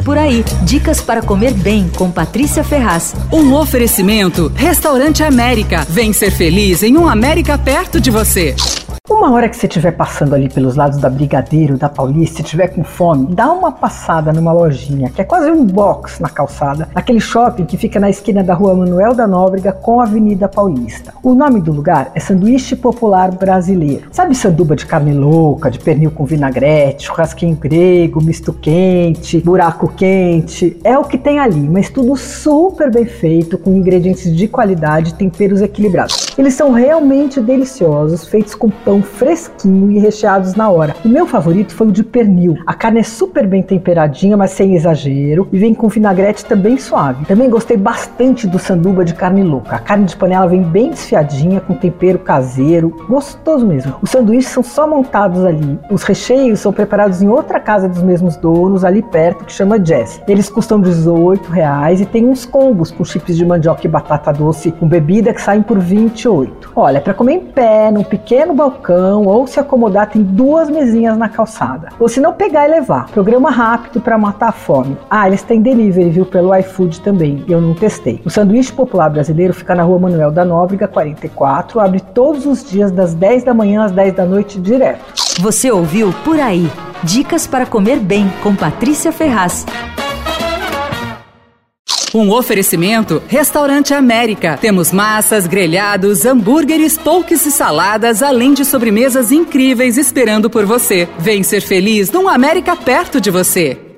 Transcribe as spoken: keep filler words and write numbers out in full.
Por Aí, dicas para comer bem com Patrícia Ferraz. Um oferecimento, Restaurante América. Vem ser feliz em um América perto de você. Uma hora que você estiver passando ali pelos lados da Brigadeiro, da Paulista, e estiver com fome, dá uma passada numa lojinha, que é quase um box na calçada, naquele shopping que fica na esquina da Rua Manuel da Nóbrega com a Avenida Paulista. O nome do lugar é Sanduíche Popular Brasileiro. Sabe sanduba de carne louca, de pernil com vinagrete, churrasquinho grego, misto quente, buraco quente? É o que tem ali, mas tudo super bem feito, com ingredientes de qualidade e temperos equilibrados. Eles são realmente deliciosos, feitos com pão fresquinho e recheados na hora. O meu favorito foi o de pernil. A carne é super bem temperadinha, mas sem exagero, e vem com vinagrete também suave. Também gostei bastante do sanduba de carne louca. A carne de panela vem bem desfiadinha, com tempero caseiro, gostoso mesmo. Os sanduíches são só montados ali. Os recheios são preparados em outra casa dos mesmos donos, ali perto, que chama Jazz. Eles custam dezoito reais e tem uns combos com chips de mandioca e batata doce com bebida que saem por vinte e oito. Olha, para comer em pé, num pequeno balcão, ou se acomodar, tem duas mesinhas na calçada. Ou se não, pegar e levar. Programa rápido para matar a fome. Ah, eles têm delivery, viu, pelo iFood também. Eu não testei. O Sanduíche Popular Brasileiro fica na Rua Manuel da Nóbrega, quarenta e quatro. Abre todos os dias das dez da manhã às dez da noite direto. Você ouviu Por Aí. Dicas para comer bem com Patrícia Ferraz. Um oferecimento, Restaurante América. Temos massas, grelhados, hambúrgueres, poutes e saladas, além de sobremesas incríveis esperando por você. Vem ser feliz num América perto de você.